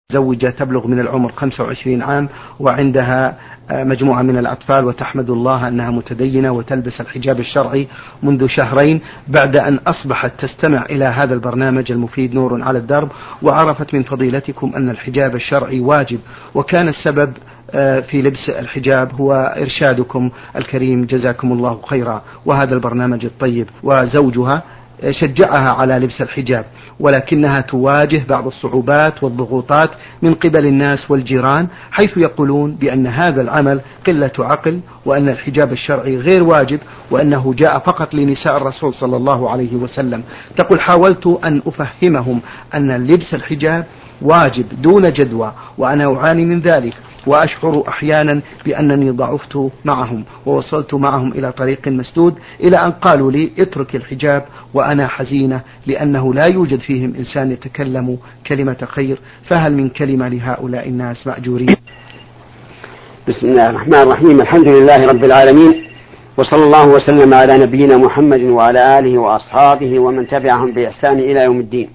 زوجة تبلغ من العمر 25 عام وعندها مجموعة من الأطفال، وتحمد الله أنها متدينة وتلبس الحجاب الشرعي منذ شهرين بعد أن أصبحت تستمع إلى هذا البرنامج المفيد نور على الدرب، وعرفت من فضيلتكم أن الحجاب الشرعي واجب، وكان السبب في لبس الحجاب هو إرشادكم الكريم جزاكم الله خيرا وهذا البرنامج الطيب. وزوجها شجعها على لبس الحجاب، ولكنها تواجه بعض الصعوبات والضغوطات من قبل الناس والجيران، حيث يقولون بأن هذا العمل قلة عقل، وأن الحجاب الشرعي غير واجب، وأنه جاء فقط لنساء الرسول صلى الله عليه وسلم. تقول: حاولت أن أفهمهم أن لبس الحجاب واجب دون جدوى، وأنا أعاني من ذلك، وأشعر أحيانا بأنني ضعفت معهم، ووصلت معهم إلى طريق مسدود، إلى أن قالوا لي: اترك الحجاب. وأنا حزينة لأنه لا يوجد فيهم إنسان يتكلم كلمة خير، فهل من كلمة لهؤلاء الناس مأجورين؟ بسم الله الرحمن الرحيم. الحمد لله رب العالمين، وصلى الله وسلم على نبينا محمد وعلى آله وأصحابه ومن تبعهم بإحسان إلى يوم الدين.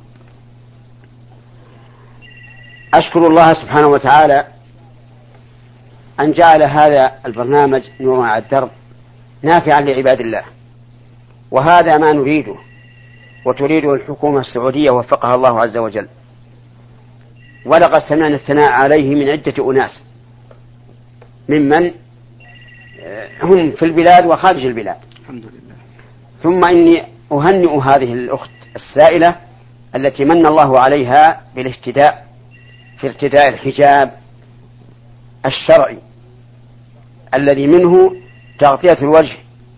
أشكر الله سبحانه وتعالى أن جعل هذا البرنامج نور على الدرب نافعا لعباد الله، وهذا ما نريده وتريده الحكومة السعودية وفقها الله عز وجل. ولقد سمعنا الثناء عليه من عدة أناس ممن هم في البلاد وخارج البلاد، الحمد لله. ثم إني أهنئ هذه الأخت السائلة التي من الله عليها بالاهتداء في ارتداء الحجاب الشرعي الذي منه تغطية الوجه،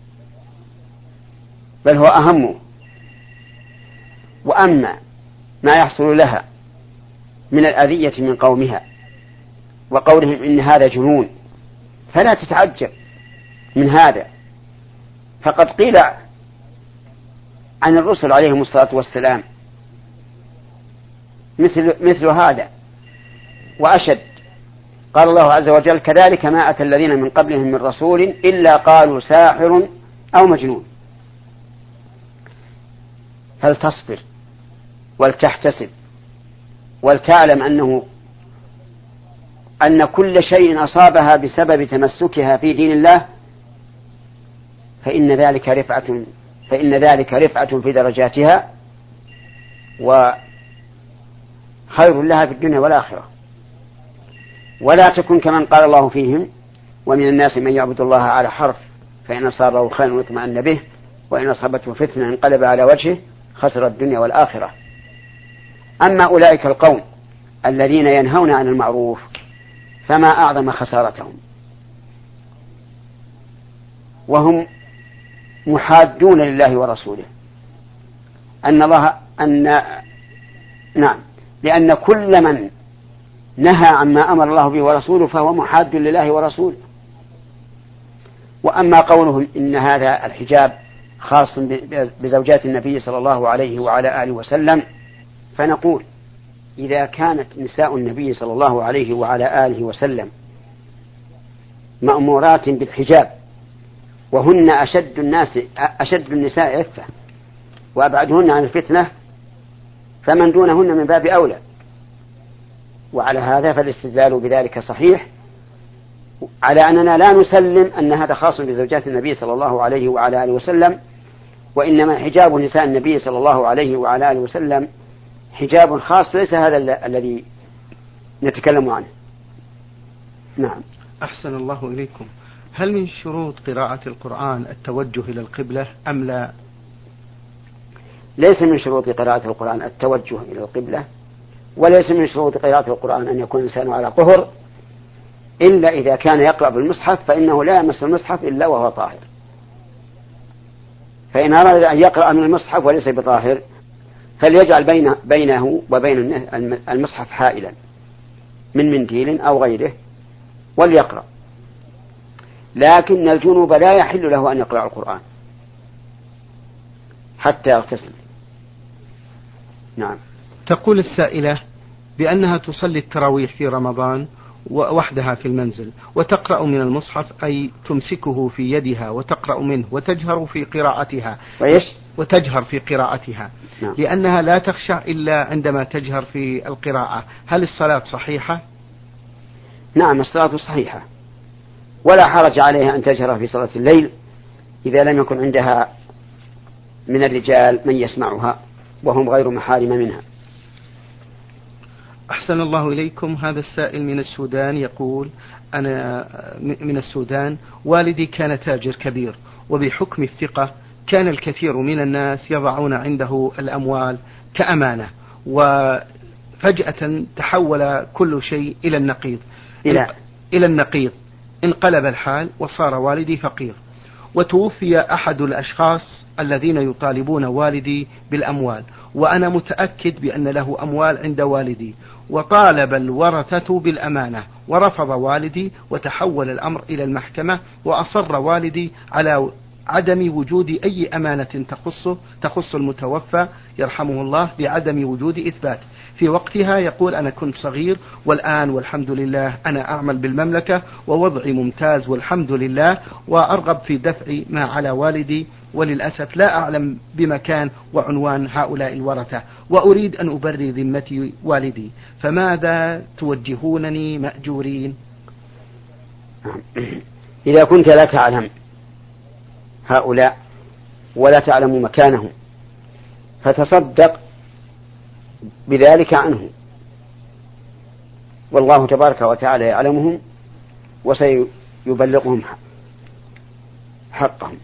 بل هو أهم. وأما ما يحصل لها من الأذية من قومها وقولهم إن هذا جنون فلا تتعجب من هذا، فقد قيل عن الرسل عليهم الصلاة والسلام مثل هذا وأشد. قال الله عز وجل: كذلك ما أتى الذين من قبلهم من رسول إلا قالوا ساحر أو مجنون. فلتصبر ولتحتسب ولتعلم أن كل شيء أصابها بسبب تمسكها في دين الله فإن ذلك رفعة في درجاتها وخير لها في الدنيا والآخرة. ولا تكن كمن قال الله فيهم: ومن الناس من يعبد الله على حرف فإن أصابه خير اطمأن به وإن أصابته فتنة انقلب على وجهه خسر الدنيا والآخرة. أما أولئك القوم الذين ينهون عن المعروف فما أعظم خسارتهم، وهم محادون لله ورسوله. لأن كل من نهى عما أمر الله به ورسوله فهو محاد لله ورسوله. وأما قولهم إن هذا الحجاب خاص بزوجات النبي صلى الله عليه وعلى آله وسلم، فنقول: إذا كانت نساء النبي صلى الله عليه وعلى آله وسلم مأمورات بالحجاب وهن أشد النساء عفة وأبعدهن عن الفتنة، فمن دونهن من باب أولى. وعلى هذا فالاستدلال بذلك صحيح، على أننا لا نسلم أن هذا خاص بزوجات النبي صلى الله عليه وعلى آله وسلم، وإنما حجاب نساء النبي صلى الله عليه وعلى آله وسلم حجاب خاص ليس هذا الذي نتكلم عنه. نعم. أحسن الله إليكم. هل من شروط قراءة القرآن التوجه إلى القبلة أم لا؟ ليس من شروط قراءة القرآن التوجه إلى القبلة، وليس من شروط قراءة القرآن أن يكون الإنسان على طهر، إلا إذا كان يقرأ بالمصحف فإنه لا يمس المصحف إلا وهو طاهر. فإن أراد أن يقرأ من المصحف وليس بطاهر فليجعل بينه وبين المصحف حائلا من منديل أو غيره وليقرأ. لكن الجنوب لا يحل له أن يقرأ القرآن حتى يغتسل. نعم. تقول السائلة بأنها تصلي التراويح في رمضان وحدها في المنزل وتقرأ من المصحف، أي تمسكه في يدها وتقرأ منه وتجهر في قراءتها وتجهر في قراءتها نعم. لأنها لا تخشع إلا عندما تجهر في القراءة، هل الصلاة صحيحة؟ نعم الصلاة صحيحة، ولا حرج عليها أن تجهر في صلاة الليل إذا لم يكن عندها من الرجال من يسمعها وهم غير محارم منها. أحسن الله إليكم. هذا السائل من السودان يقول: أنا من السودان، والدي كان تاجر كبير، وبحكم الثقة كان الكثير من الناس يضعون عنده الأموال كأمانة، وفجأة تحول كل شيء إلى النقيض إلى النقيض، انقلب الحال وصار والدي فقير، وتوفي أحد الأشخاص الذين يطالبون والدي بالأموال، وأنا متأكد بأن له أموال عند والدي، وطالب الورثة بالأمانة ورفض والدي، وتحول الأمر إلى المحكمة، وأصر والدي على عدم وجود أي أمانة تخص المتوفى يرحمه الله، بعدم وجود إثبات. في وقتها يقول: أنا كنت صغير، والآن والحمد لله أنا أعمل بالمملكة ووضعي ممتاز والحمد لله، وأرغب في دفع ما على والدي، وللأسف لا أعلم بمكان وعنوان هؤلاء الورثة، وأريد أن أبري ذمة والدي، فماذا توجهونني مأجورين؟ إذا كنت لا تعلم هؤلاء ولا تعلم مكانهم فتصدق بذلك عنهم، والله تبارك وتعالى يعلمهم وسيبلغهم حقهم.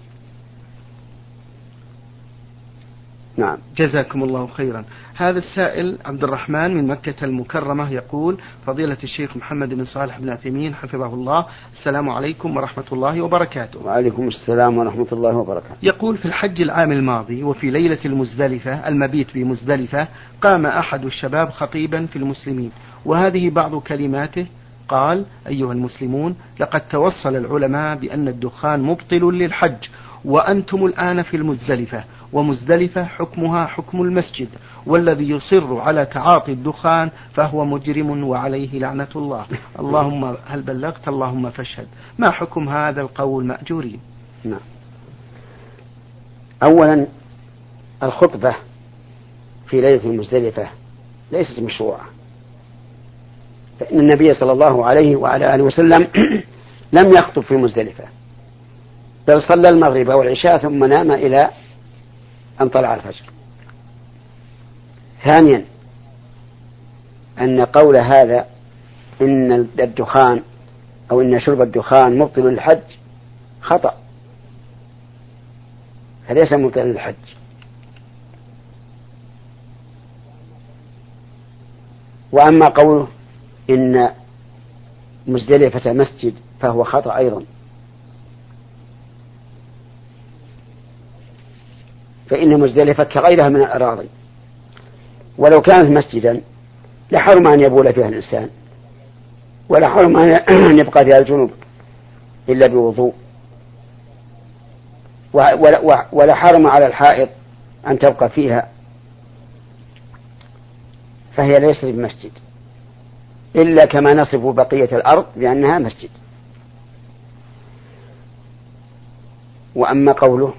نعم. جزاكم الله خيرا. هذا السائل عبد الرحمن من مكة المكرمة يقول: فضيلة الشيخ محمد بن صالح بن عثيمين حفظه الله، السلام عليكم ورحمة الله وبركاته. وعليكم السلام ورحمة الله وبركاته. يقول: في الحج العام الماضي وفي ليلة المزدلفة المبيت في مزدلفة قام أحد الشباب خطيبا في المسلمين، وهذه بعض كلماته، قال: أيها المسلمون، لقد توصل العلماء بأن الدخان مبطل للحج، وأنتم الآن في المزدلفة، ومزدلفة حكمها حكم المسجد، والذي يصر على تعاطي الدخان فهو مجرم وعليه لعنة الله. اللهم هل بلغت؟ اللهم فاشهد. ما حكم هذا القول مأجورين؟ نعم. أولا الخطبة في ليلة المزدلفة ليست مشروعة، فإن النبي صلى الله عليه وعلى آله وسلم لم يخطب في مزدلفة، بل صلى المغرب والعشاء ثم نام إلى أن طلع الفجر. ثانيا أن قول هذا إن الدخان أو إن شرب الدخان مبطل للحج خطأ، فليس مبطل للحج. وأما قوله إن مزدلفة مسجد فهو خطأ أيضا، فإن مزدلفة كغيرها من الأراضي، ولو كانت مسجدا لحرم أن يبول فيها الإنسان، ولا حرم أن يبقى فيها الجنوب إلا بوضوء، ولا حرم على الحائض أن تبقى فيها، فهي ليست بمسجد إلا كما نصف بقية الأرض بأنها مسجد. وأما قوله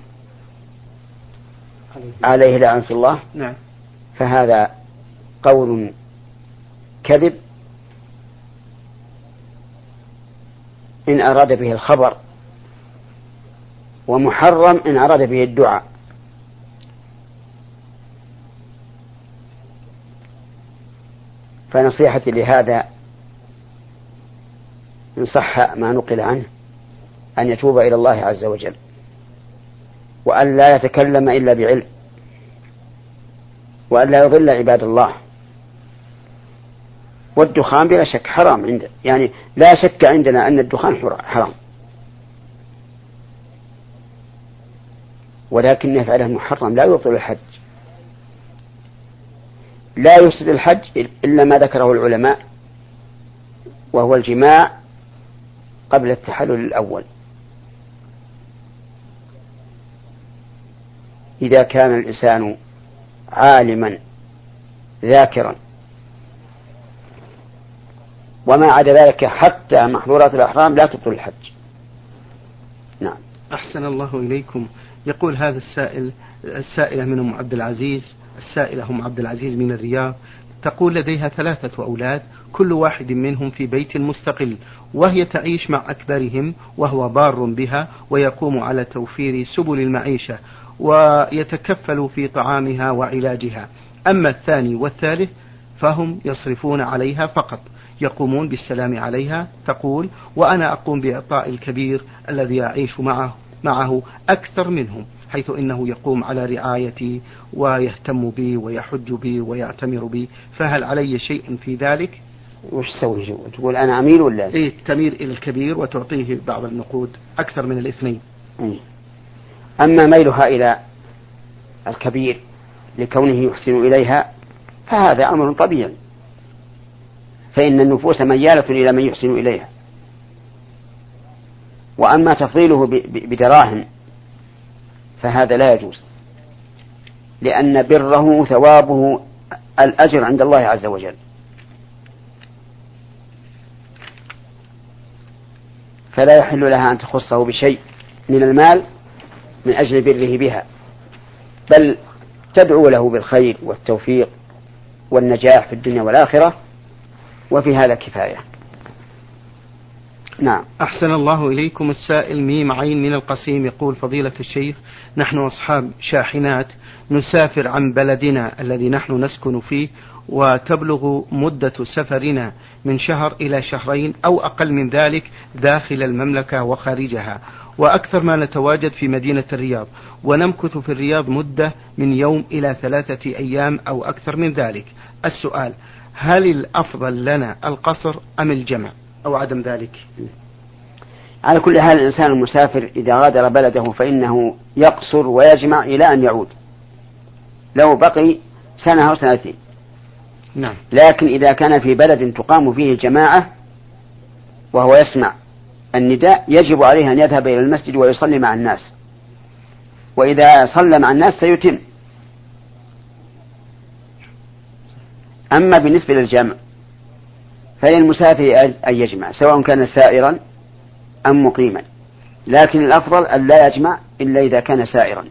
عليه لعنة الله فهذا قول كذب إن أراد به الخبر، ومحرم إن أراد به الدعاء. فنصيحتي لهذا إن صح ما نقل عنه أن يتوب إلى الله عز وجل، وأن لا يتكلم إلا بعلم، وأن لا يضل عباد الله. والدخان بلا شك حرام عندنا، يعني لا شك عندنا أن الدخان حرام، ولكن يفعله محرم لا يبطل الحج، لا يفسد الحج إلا ما ذكره العلماء، وهو الجماع قبل التحلل الأول. إذا كان الإنسان عالما ذاكرا وما عدا ذلك حتى محظورات الإحرام لا تبطل الحج. نعم. أحسن الله إليكم. يقول هذا السائلة من أم عبد العزيز، السائلة أم عبد العزيز من الرياض، تقول لديها 3 أولاد كل واحد منهم في بيت مستقل، وهي تعيش مع أكبرهم وهو بار بها ويقوم على توفير سبل المعيشة ويتكفل في طعامها وعلاجها. أما الثاني والثالث فهم يصرفون عليها فقط، يقومون بالسلام عليها. تقول: وأنا أقوم بإعطاء الكبير الذي أعيش معه أكثر منهم، حيث إنه يقوم على رعايتي ويهتم بي ويحج بي ويعتمر بي، فهل علي شيء في ذلك؟ وش تسوي؟ تقول أنا أميل ولا؟ إيه، تميل إلى الكبير وتعطيه بعض النقود أكثر من الاثنين. أما ميلها إلى الكبير لكونه يحسن إليها فهذا أمر طبيعي، فإن النفوس ميالة إلى من يحسن إليها. وأما تفضيله بدراهم فهذا لا يجوز، لأن بره ثوابه الأجر عند الله عز وجل. فلا يحل لها أن تخصه بشيء من المال من أجل بره بها، بل تدعو له بالخير والتوفيق والنجاح في الدنيا والآخرة، وفي هذا كفاية. نعم. أحسن الله إليكم. السائل ميم عين من القصيم يقول: فضيلة الشيخ، نحن أصحاب شاحنات نسافر عن بلدنا الذي نحن نسكن فيه، وتبلغ مدة سفرنا من شهر إلى شهرين أو أقل من ذلك داخل المملكة وخارجها، وأكثر ما نتواجد في مدينة الرياض، ونمكث في الرياض مدة من يوم إلى 3 أيام أو أكثر من ذلك. السؤال: هل الأفضل لنا القصر أم الجمع أو عدم ذلك؟ على كل حال الإنسان المسافر إذا غادر بلده فإنه يقصر ويجمع إلى أن يعود، لو بقي سنة أو سنتين. نعم. لكن إذا كان في بلد تقام فيه الجماعة وهو يسمع النداء يجب عليه أن يذهب إلى المسجد ويصلي مع الناس، وإذا صلى مع الناس سيتم. أما بالنسبة للجمع فللمسافر أن يجمع سواء كان سائرا أم مقيما، لكن الأفضل أن لا يجمع إلا إذا كان سائرا.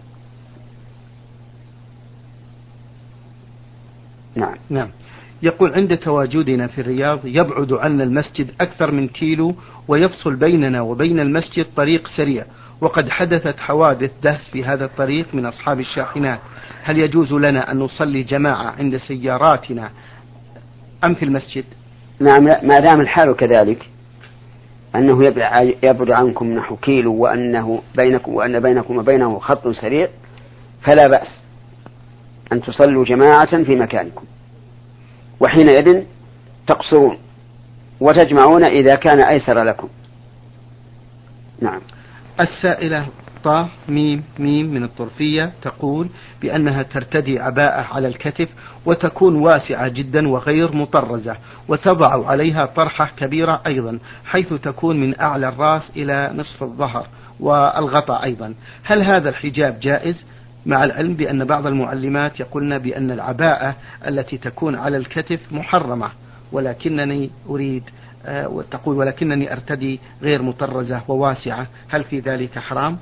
نعم. يقول: عند تواجدنا في الرياض يبعد عنا المسجد أكثر من كيلو، ويفصل بيننا وبين المسجد طريق سريع، وقد حدثت حوادث دهس في هذا الطريق من أصحاب الشاحنات. هل يجوز لنا أن نصلي جماعة عند سياراتنا أم في المسجد؟ نعم، ما دام الحال كذلك أنه يبعد عنكم نحو كيلو وأن بينكم وبينه خط سريع فلا بأس أن تصلوا جماعة في مكانكم، وحينئذ تقصرون وتجمعون إذا كان أيسر لكم. نعم. السائلة طه ميم من الطرفية تقول بأنها ترتدي عباءة على الكتف وتكون واسعة جدا وغير مطرزة، وتضع عليها طرحة كبيرة أيضا، حيث تكون من أعلى الرأس إلى نصف الظهر والغطاء أيضا. هل هذا الحجاب جائز؟ مع العلم بأن بعض المعلمات يقولن بأن العباءة التي تكون على الكتف محرمة، ولكنني تقول ولكنني أرتدي غير مطرزة وواسعة، هل في ذلك حرام؟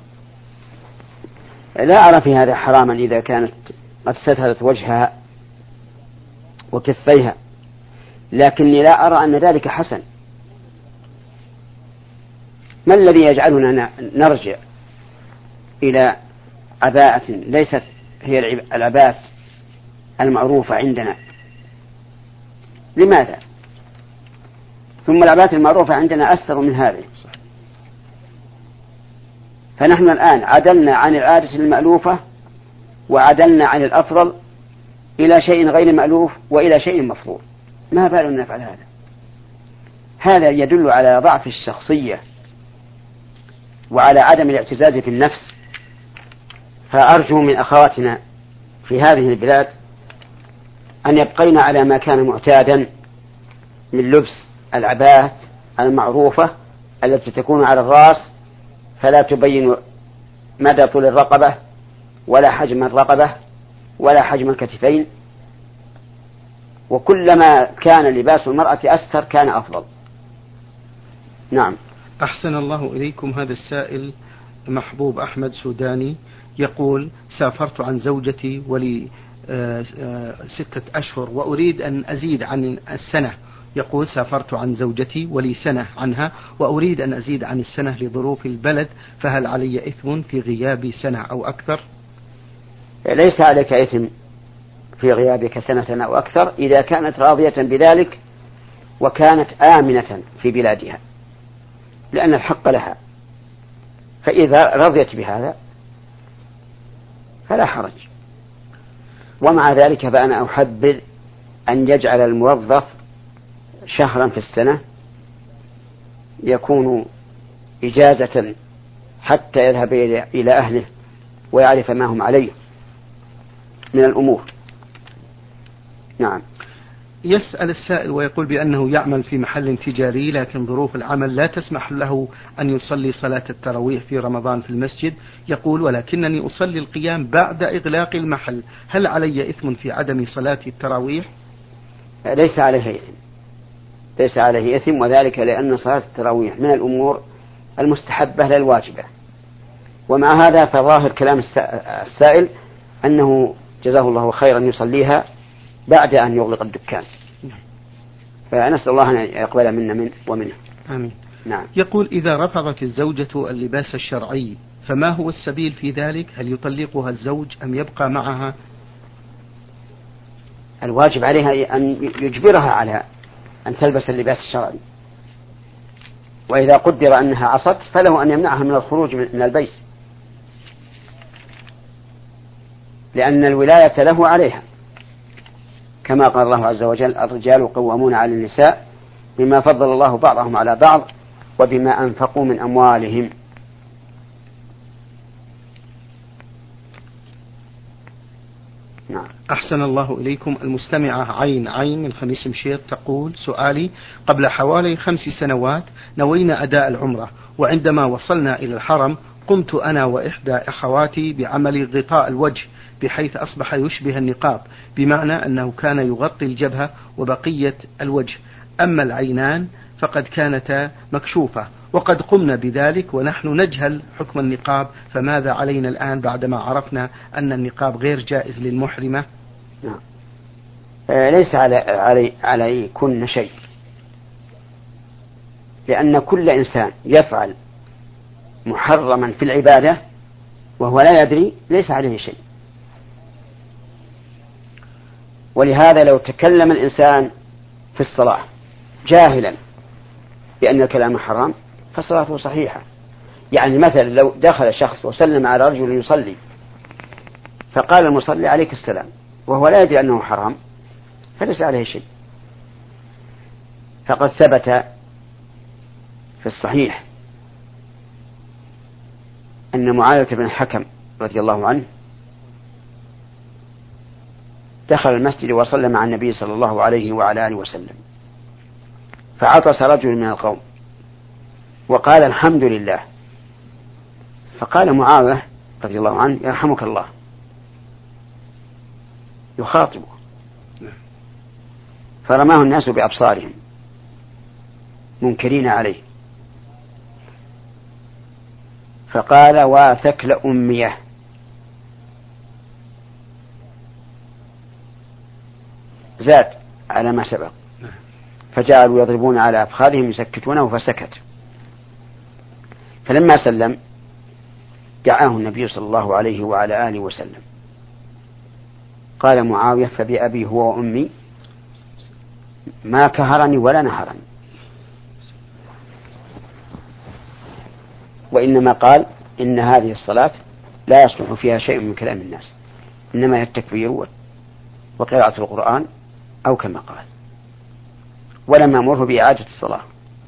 لا أرى في هذا حراما إذا كانت قد سترت وجهها وكفيها، لكني لا أرى أن ذلك حسن. ما الذي يجعلنا نرجع إلى عباءة ليست هي العباءة المعروفة عندنا؟ لماذا؟ ثم العباءة المعروفة عندنا أستر من هذه. فنحن الآن عدلنا عن العادة المألوفة وعدلنا عن الأفضل إلى شيء غير مألوف وإلى شيء مفروض. ما بالنا نفعل هذا؟ هذا يدل على ضعف الشخصية وعلى عدم الاعتزاز في النفس. فأرجو من أخواتنا في هذه البلاد أن يبقين على ما كان معتادا من لبس العباءة المعروفة التي تكون على الرأس، فلا تبين مدى طول الرقبة ولا حجم الرقبة ولا حجم الكتفين، وكلما كان لباس المرأة أستر كان أفضل. نعم. أحسن الله إليكم. هذا السائل محبوب أحمد سوداني يقول: سافرت عن زوجتي ولي 6 أشهر وأريد أن أزيد عن السنة. يقول: سافرت عن زوجتي ولي سنة عنها وأريد أن أزيد عن السنة لظروف البلد، فهل علي إثم في غيابي سنة أو أكثر؟ ليس عليك إثم في غيابك سنة أو أكثر إذا كانت راضية بذلك وكانت آمنة في بلادها، لأن الحق لها، فإذا رضيت بهذا فلا حرج. ومع ذلك فأنا أحبذ أن يجعل الموظف شهرا في السنة يكون إجازة حتى يذهب إلى أهله ويعرف ما هم عليه من الأمور. نعم. يسأل السائل ويقول بأنه يعمل في محل تجاري، لكن ظروف العمل لا تسمح له أن يصلي صلاة التراويح في رمضان في المسجد. يقول: ولكنني أصلي القيام بعد إغلاق المحل، هل علي إثم في عدم صلاة التراويح؟ ليس عليه إثم، ليس عليه إثم، وذلك لأن صلاة التراويح من الأمور المستحبة لا الواجبة. ومع هذا فظاهر كلام السائل أنه جزاه الله خيرا يصليها بعد أن يغلق الدكان، فنسأل الله أن يقبل منا ومنه. آمين. نعم. يقول: إذا رفضت الزوجة اللباس الشرعي فما هو السبيل في ذلك؟ هل يطلقها الزوج أم يبقى معها؟ الواجب عليها أن يجبرها على أن تلبس اللباس الشرعي، وإذا قدر أنها عصت فله أن يمنعها من الخروج من البيت، لأن الولاية له عليها، كما قال الله عز وجل: الرجال قوامون على النساء بما فضل الله بعضهم على بعض وبما أنفقوا من أموالهم. نعم. أحسن الله إليكم. المستمعة عين من خميس مشيط تقول: سؤالي: قبل حوالي 5 سنوات نوينا أداء العمرة، وعندما وصلنا إلى الحرم قمت أنا وإحدى أخواتي بعمل غطاء الوجه بحيث أصبح يشبه النقاب، بمعنى أنه كان يغطي الجبهة وبقية الوجه، أما العينان فقد كانتا مكشوفة، وقد قمنا بذلك ونحن نجهل حكم النقاب، فماذا علينا الآن بعدما عرفنا أن النقاب غير جائز للمحرمة؟ نعم. ليس عليكن شيء، لأن كل إنسان يفعل محرما في العبادة وهو لا يدري ليس عليه شيء. ولهذا لو تكلم الإنسان في الصلاة جاهلا بأن الكلام حرام فصلاته صحيحة. يعني مثلا لو دخل شخص وسلم على رجل يصلي فقال المصلي: عليك السلام، وهو لا يدري أنه حرام، فليس عليه شيء. فقد ثبت في الصحيح أن معاوية بن الحكم رضي الله عنه دخل المسجد وصلى مع النبي صلى الله عليه وعلى آله وسلم، فعطس رجل من القوم وقال: الحمد لله. فقال معاوية رضي الله عنه: يرحمك الله، يخاطبه. فرماه الناس بأبصارهم منكرين عليه، فقال: وثكل أميه. زاد على ما سبق، فجعلوا يضربون على أفخاذهم يسكتونه فسكت. فلما سلم دعاه النبي صلى الله عليه وعلى آله وسلم. قال معاوية: فبأبي هو وأمي ما كهرني ولا نهرني، وإنما قال: إن هذه الصلاة لا يصلح فيها شيء من كلام الناس، إنما هي التكبير وقراءة القرآن أو كما قال، ولم يأمره بإعادة الصلاة.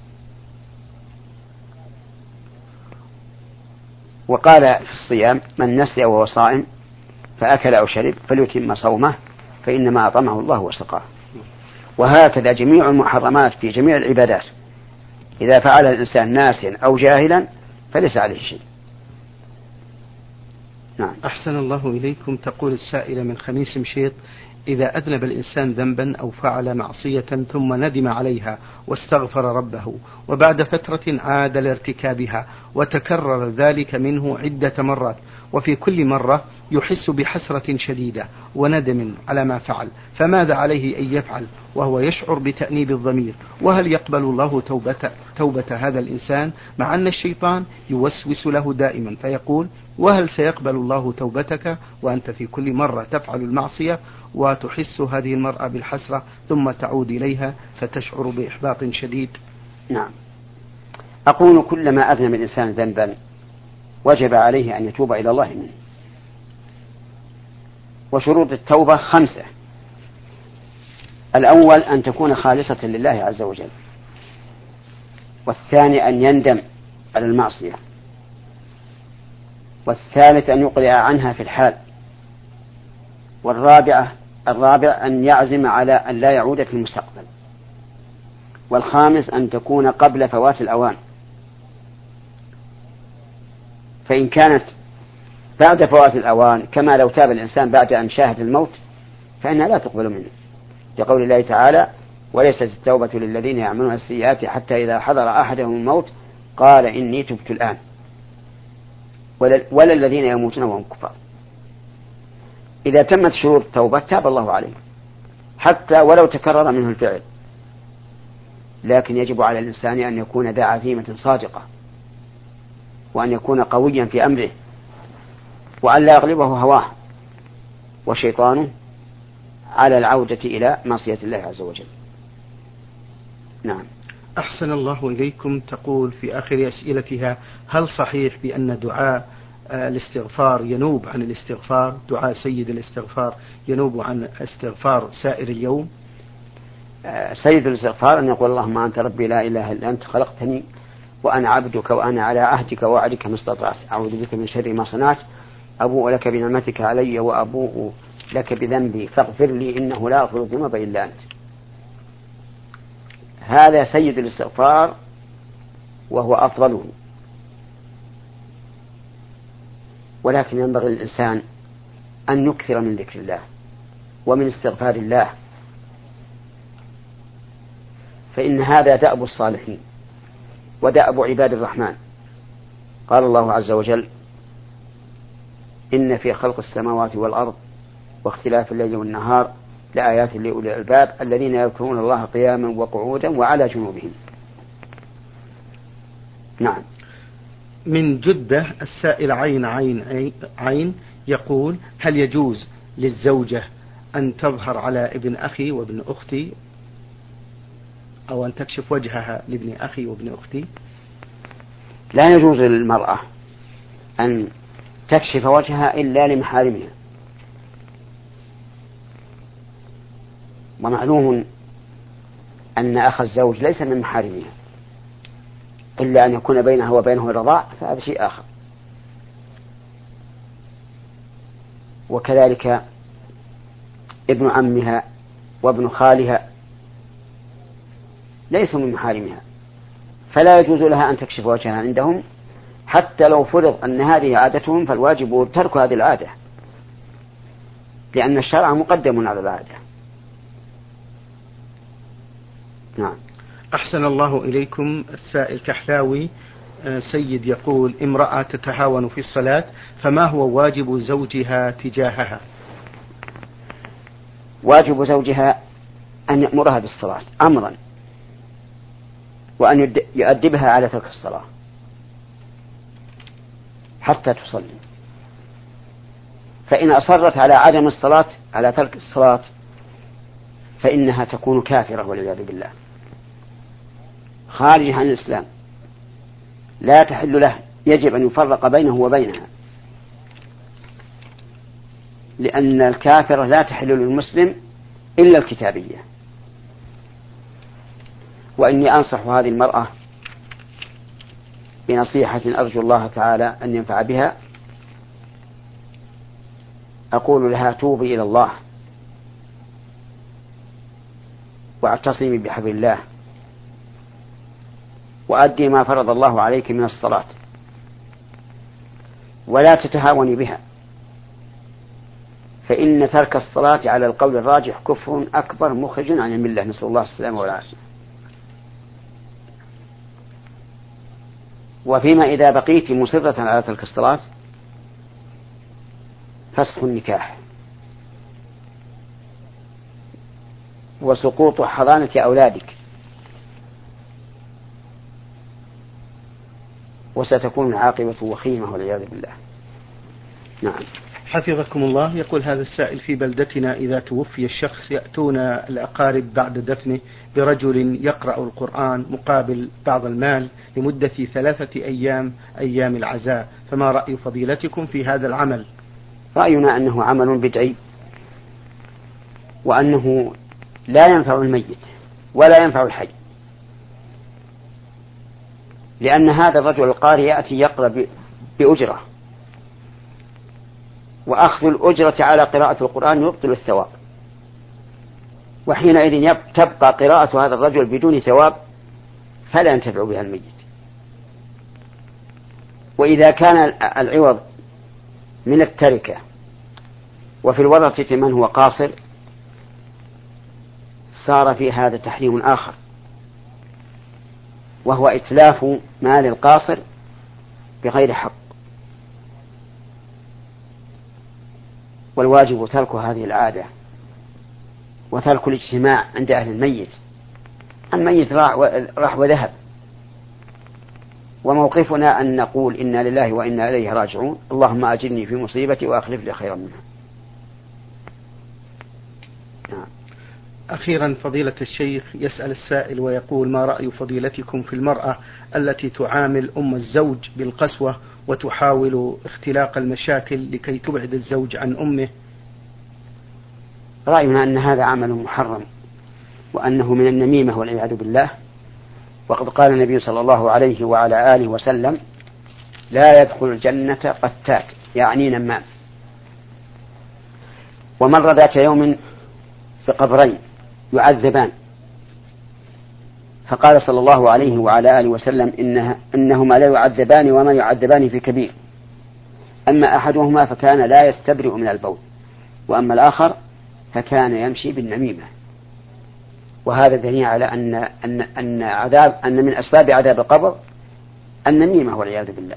وقال في الصيام: من نسي وهو صائم فأكل أو شرب فليتم صومه فإنما أطعمه الله وسقاه. وهكذا جميع المحرمات في جميع العبادات إذا فعل الإنسان ناسيا أو جاهلا فليس عليه شيء. نعم. أحسن الله إليكم. تقول السائلة من خميس مشيط: إذا أذنب الإنسان ذنبا أو فعل معصية ثم ندم عليها واستغفر ربه وبعد فترة عاد لارتكابها وتكرر ذلك منه عدة مرات، وفي كل مرة يحس بحسرة شديدة وندم على ما فعل، فماذا عليه أن يفعل وهو يشعر بتأنيب الضمير؟ وهل يقبل الله توبة هذا الإنسان مع أن الشيطان يوسوس له دائما فيقول: وهل سيقبل الله توبتك وأنت في كل مرة تفعل المعصية؟ وتحس هذه المرأة بالحسرة ثم تعود إليها فتشعر بإحباط شديد. نعم، أقول كلما أذنب الإنسان ذنبا وجب عليه أن يتوب إلى الله منه. وشروط التوبة 5: الأول أن تكون خالصة لله عز وجل، والثاني أن يندم على المعصية، والثالث أن يقلع عنها في الحال، والرابع أن يعزم على أن لا يعود في المستقبل، والخامس أن تكون قبل فوات الأوان، فإن كانت بعد فوات الأوان كما لو تاب الإنسان بعد أن شاهد الموت فإنها لا تقبل منه، لقول الله تعالى: وليست التوبة للذين يعملون السيئات حتى إذا حضر أحدهم الموت قال إني تبت الآن، ولا الذين يموتون وهم كفار. إذا تمت شروط التوبة تاب الله عليه حتى ولو تكرر منه الفعل، لكن يجب على الإنسان أن يكون ذا عزيمة صادقة، وأن يكون قويا في أمره، وأن لا يغلبه هواه وشيطانه على العودة إلى معصية الله عز وجل. نعم. أحسن الله إليكم. تقول في آخر أسئلتها: هل صحيح بأن دعاء الاستغفار ينوب عن الاستغفار، دعاء سيد الاستغفار ينوب عن استغفار سائر اليوم؟ سيد الاستغفار أن يقول: اللهم أنت ربي لا إله إلا أنت خلقتني وأنا عبدك وأنا على عهدك ووعدك ما استطعت، أعوذ بك من شر ما صنعت، أبوء لك بنعمتك علي وأبوء لك بذنبي فاغفر لي إنه لا يغفر الذنوب إلا أنت. هذا سيد الاستغفار وهو أفضله، ولكن ينبغي للإنسان أن يكثر من ذكر الله ومن استغفار الله، فإن هذا دأب الصالحين ودأب عباد الرحمن. قال الله عز وجل: إن في خلق السماوات والأرض واختلاف الليل والنهار لآيات لأولي الألباب الذين يذكرون الله قياما وقعودا وعلى جنوبهم. نعم. من جدة السائل عين يقول: هل يجوز للزوجة أن تظهر على ابن أخي وابن أختي، أو أن تكشف وجهها لابن أخي وابن أختي؟ لا يجوز للمرأة أن تكشف وجهها إلا لمحارمها، ومعلوم أن أخ الزوج ليس من محارمها إلا أن يكون بينها وبينه الرضاع، فهذا شيء آخر. وكذلك ابن عمها وابن خالها ليسوا من محارمها، فلا يجوز لها أن تكشف وجهها عندهم، حتى لو فرض أن هذه عادتهم فالواجب ترك هذه العادة، لأن الشرع مقدم على العادة. نعم. أحسن الله إليكم. السائل كحلاوي سيد يقول: امرأة تتهاون في الصلاة، فما هو واجب زوجها تجاهها؟ واجب زوجها أن يأمرها بالصلاة أمرا، وأن يؤدبها على ترك الصلاة حتى تصلي، فإن أصرت على عدم الصلاة على ترك الصلاة فإنها تكون كافرة والعياذ بالله، خارجة عن الإسلام، لا تحل له، يجب أن يفرق بينه وبينها، لأن الكافرة لا تحل للمسلم إلا الكتابية. وإني أنصح هذه المرأة بنصيحة أرجو الله تعالى أن ينفع بها، أقول لها: توبي إلى الله واعتصمي بحبل الله وأدي ما فرض الله عليك من الصلاة، ولا تتهاوني بها، فإن ترك الصلاة على القول الراجح كفر أكبر مخرج عن الملة، نسأل الله السلامة والعافية. وفيما إذا بقيت مصرة على ترك الصلاة فسخ النكاح وسقوط حضانة أولادك، وستكون العاقبة وخيمة والعياذ بالله. نعم. حفظكم الله. يقول هذا السائل: في بلدتنا إذا توفي الشخص يأتون الأقارب بعد دفنه برجل يقرأ القرآن مقابل بعض المال لمدة 3 أيام العزاء، فما رأي فضيلتكم في هذا العمل؟ رأينا أنه عمل بدعي، وأنه لا ينفع الميت ولا ينفع الحي، لأن هذا الرجل القارئ يأتي يقرأ بأجرة، وأخذ الأجرة على قراءة القرآن يبطل الثواب، وحينئذ تبقى قراءة هذا الرجل بدون ثواب فلا ينتفع بها الميت. وإذا كان العوض من التركة وفي الورثة من هو قاصر صار في هذا تحريم آخر، وهو إتلاف مال القاصر بغير حق، والواجب ترك هذه العادة وترك الاجتماع عند أهل الميت. الميت راح وذهب، وموقفنا أن نقول إنا لله وإنا إليه راجعون، اللهم أجرني في مصيبتي وأخلف لي خيرا منها. أخيرا فضيلة الشيخ، يسأل السائل ويقول: ما رأي فضيلتكم في المرأة التي تعامل أم الزوج بالقسوة وتحاول اختلاق المشاكل لكي تبعد الزوج عن أمه؟ رأينا أن هذا عمل محرم، وأنه من النميمة والعياذ بالله. وقد قال النبي صلى الله عليه وعلى آله وسلم: لا يدخل الجنة قتات، يعني نمام. ومر ذات يوم في قبرين يعذبان، فقال صلى الله عليه وعلى آله وسلم: إنهما لا يعذبان وما يعذبان في كبير، أما أحدهما فكان لا يستبرئ من البول، وأما الآخر فكان يمشي بالنميمة. وهذا دليل على أن من أسباب عذاب القبر النميمة والعياذ بالله.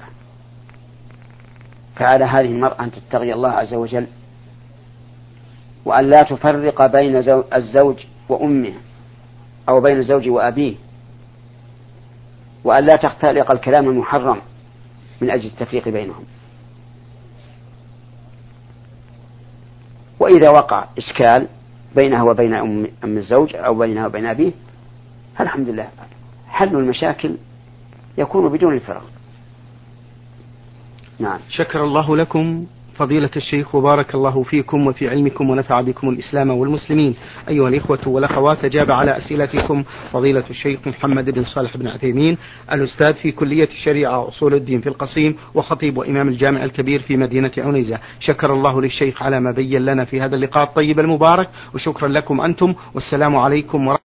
فعلى هذه المرأة أن تتقي الله عز وجل، وأن لا تفرق بين الزوج وأمه أو بين الزوج وأبيه، وأن لا تختلق الكلام المحرم من أجل التفريق بينهم. وإذا وقع إشكال بينها وبين أم الزوج أو بينها وبين أبيه، الحمد لله حل المشاكل يكون بدون الفرق. نعم. شكر الله لكم فضيلة الشيخ وبارك الله فيكم وفي علمكم ونفع بكم الإسلام والمسلمين. أيها الإخوة والأخوات، أجاب على أسئلتكم فضيلة الشيخ محمد بن صالح بن عثيمين، الأستاذ في كلية الشريعة وأصول الدين في القصيم، وخطيب وإمام الجامع الكبير في مدينة عنيزة. شكر الله للشيخ على ما بين لنا في هذا اللقاء الطيب المبارك، وشكرا لكم أنتم، والسلام عليكم ورحمة الله.